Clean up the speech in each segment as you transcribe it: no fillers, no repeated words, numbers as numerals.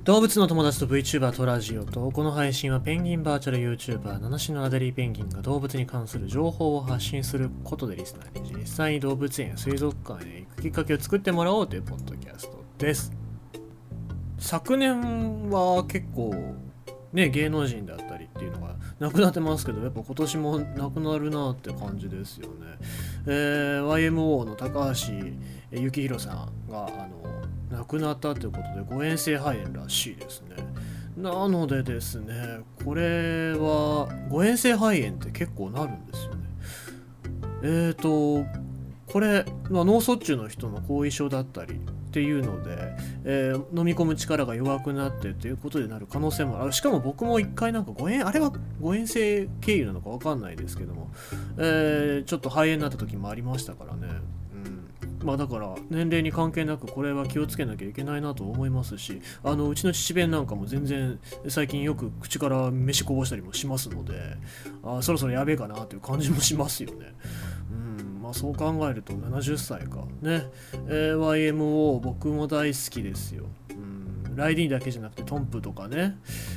動物の友達と VTuber とラジオと、この配信はペンギンバーチャル YouTuber 七種のアデリーペンギンが動物に関する情報を発信することでリスナーに実際に動物園や水族館へ行くきっかけを作ってもらおうというポッドキャストです。昨年は結構ね、芸能人だったりっていうのがなくなってますけど、やっぱ今年もなくなるなって感じですよね。YMO の高橋幸宏さんが亡くなったということで誤嚥性肺炎らしいですね。なのでですね、これは誤嚥性肺炎って結構なるんですよね。これ、脳卒中の人の後遺症だったりっていうので、飲み込む力が弱くなってということでなる可能性もある。しかも僕も一回なんかあれは誤嚥性経由なのか分かんないですけども、ちょっと肺炎になった時もありましたからね。だから年齢に関係なくこれは気をつけなきゃいけないなと思いますし、うちの父弁なんかも全然最近よく口から飯こぼしたりもしますので、そろそろやべえかなという感じもしますよね。そう考えると70歳かね。YMO 僕も大好きですよ。ライディーンだけじゃなくてトンプとかね、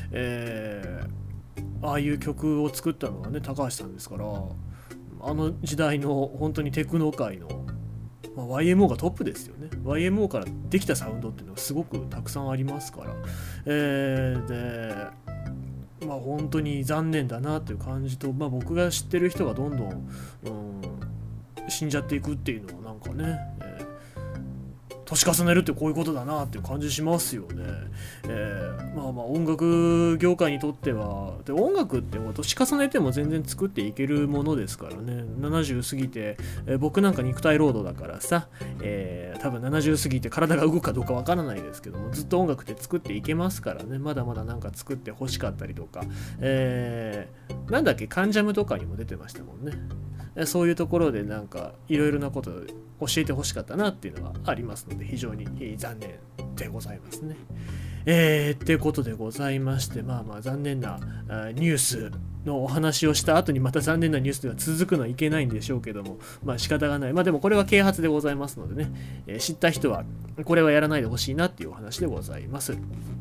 ああいう曲を作ったのはね高橋さんですから、あの時代の本当にテクノ界のYMO がトップですよね。YMO からできたサウンドっていうのがすごくたくさんありますから、で本当に残念だなっていう感じと、僕が知ってる人がどんどん、死んじゃっていくっていうのはなんかね、年重ねるってこういうことだなっていう感じしますよね。音楽業界にとってはで、音楽って年重ねても全然作っていけるものですからね。70過ぎて、僕なんか肉体労働だからさ、多分70過ぎて体が動くかどうかわからないですけども、ずっと音楽って作っていけますからね。まだまだなんか作って欲しかったりとか、なんだっけカンジャムとかにも出てましたもんね。そういうところでなんかいろいろなことを教えてほしかったなっていうのはありますので、非常に残念でございますね。ってことでございまして、残念なニュースのお話をした後にまた残念なニュースが続くのはいけないんでしょうけども、仕方がない。でもこれは啓発でございますのでね、知った人はこれはやらないでほしいなっていうお話でございます。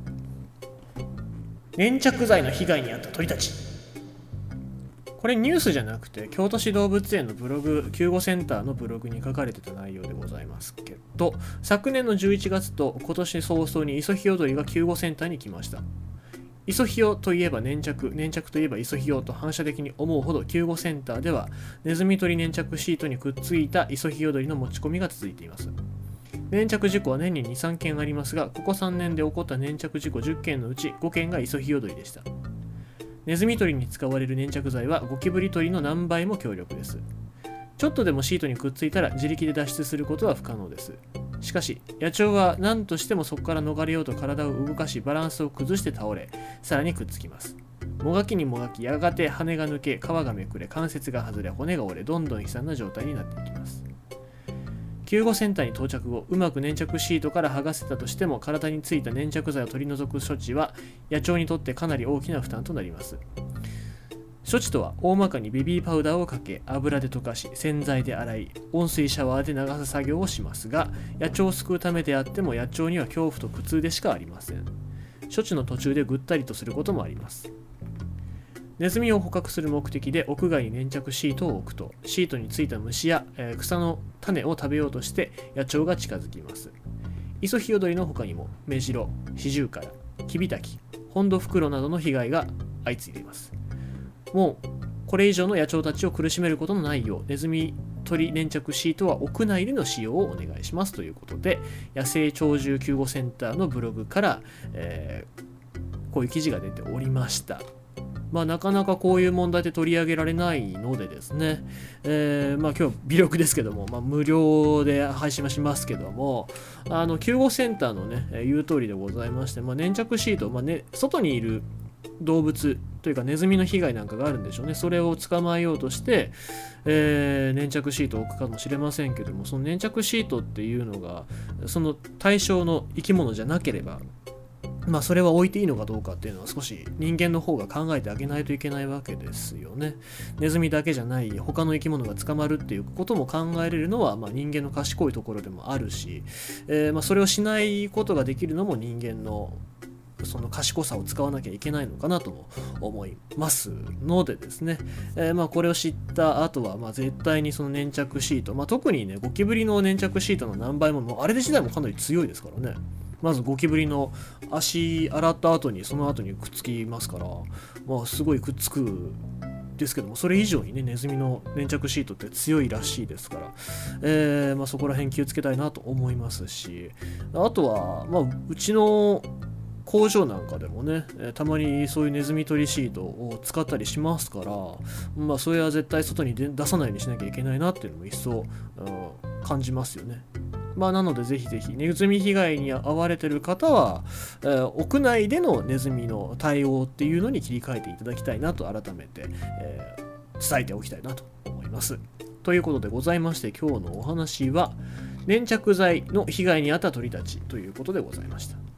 粘着剤の被害に遭った鳥たち。これニュースじゃなくて京都市動物園のブログ、救護センターのブログに書かれてた内容でございますけど、昨年の11月と今年早々にイソヒヨドリが救護センターに来ました。イソヒヨといえば粘着、粘着といえばイソヒヨと反射的に思うほど救護センターではネズミ捕り粘着シートにくっついたイソヒヨドリの持ち込みが続いています。粘着事故は年に 2,3 件ありますが、ここ3年で起こった粘着事故10件のうち5件がイソヒヨドリでした。ネズミ捕りに使われる粘着剤はゴキブリ捕りの何倍も強力です。ちょっとでもシートにくっついたら自力で脱出することは不可能です。しかし野鳥は何としてもそこから逃れようと体を動かし、バランスを崩して倒れ、さらにくっつきます。もがきにもがき、やがて羽が抜け、皮がめくれ、関節が外れ、骨が折れ、どんどん悲惨な状態になっていきます。救護センターに到着後、うまく粘着シートから剥がせたとしても、体についた粘着剤を取り除く処置は野鳥にとってかなり大きな負担となります。処置とは大まかにベビーパウダーをかけ、油で溶かし、洗剤で洗い、温水シャワーで流す作業をしますが、野鳥を救うためであっても野鳥には恐怖と苦痛でしかありません。処置の途中でぐったりとすることもあります。ネズミを捕獲する目的で屋外に粘着シートを置くと、シートについた虫や、草の種を食べようとして野鳥が近づきます。イソヒヨドリの他にもメジロ、シジュウカラ、キビタキ、ホンドフクロウなどの被害が相次いでいます。もうこれ以上の野鳥たちを苦しめることのないよう、ネズミ取り粘着シートは屋内での使用をお願いしますということで、野生鳥獣救護センターのブログから、こういう記事が出ておりました。なかなかこういう問題で取り上げられないのでですね、今日微力ですけども、無料で配信はしますけども、救護センターのね、言う通りでございまして、粘着シート、外にいる動物というかネズミの被害なんかがあるんでしょうね。それを捕まえようとして、粘着シートを置くかもしれませんけども、その粘着シートっていうのがその対象の生き物じゃなければ、それは置いていいのかどうかっていうのは少し人間の方が考えてあげないといけないわけですよね。ネズミだけじゃない他の生き物が捕まるっていうことも考えれるのは、人間の賢いところでもあるし、それをしないことができるのも人間のその賢さを使わなきゃいけないのかなとも思いますのでですね、これを知った後は絶対にその粘着シート、特にねゴキブリの粘着シートの何倍もあれ自体もかなり強いですからね。まずゴキブリの足洗った後にその後にくっつきますから、すごいくっつくですけども、それ以上にねネズミの粘着シートって強いらしいですから、そこら辺気をつけたいなと思いますし、あとはうちの工場なんかでもね、たまにそういうネズミ取りシートを使ったりしますから、それは絶対外に出さないようにしなきゃいけないなっていうのも一層、感じますよね。なのでぜひぜひネズミ被害に遭われている方は、屋内でのネズミの対応っていうのに切り替えていただきたいなと改めて、伝えておきたいなと思います。ということでございまして、今日のお話は粘着剤の被害に遭った鳥たちということでございました。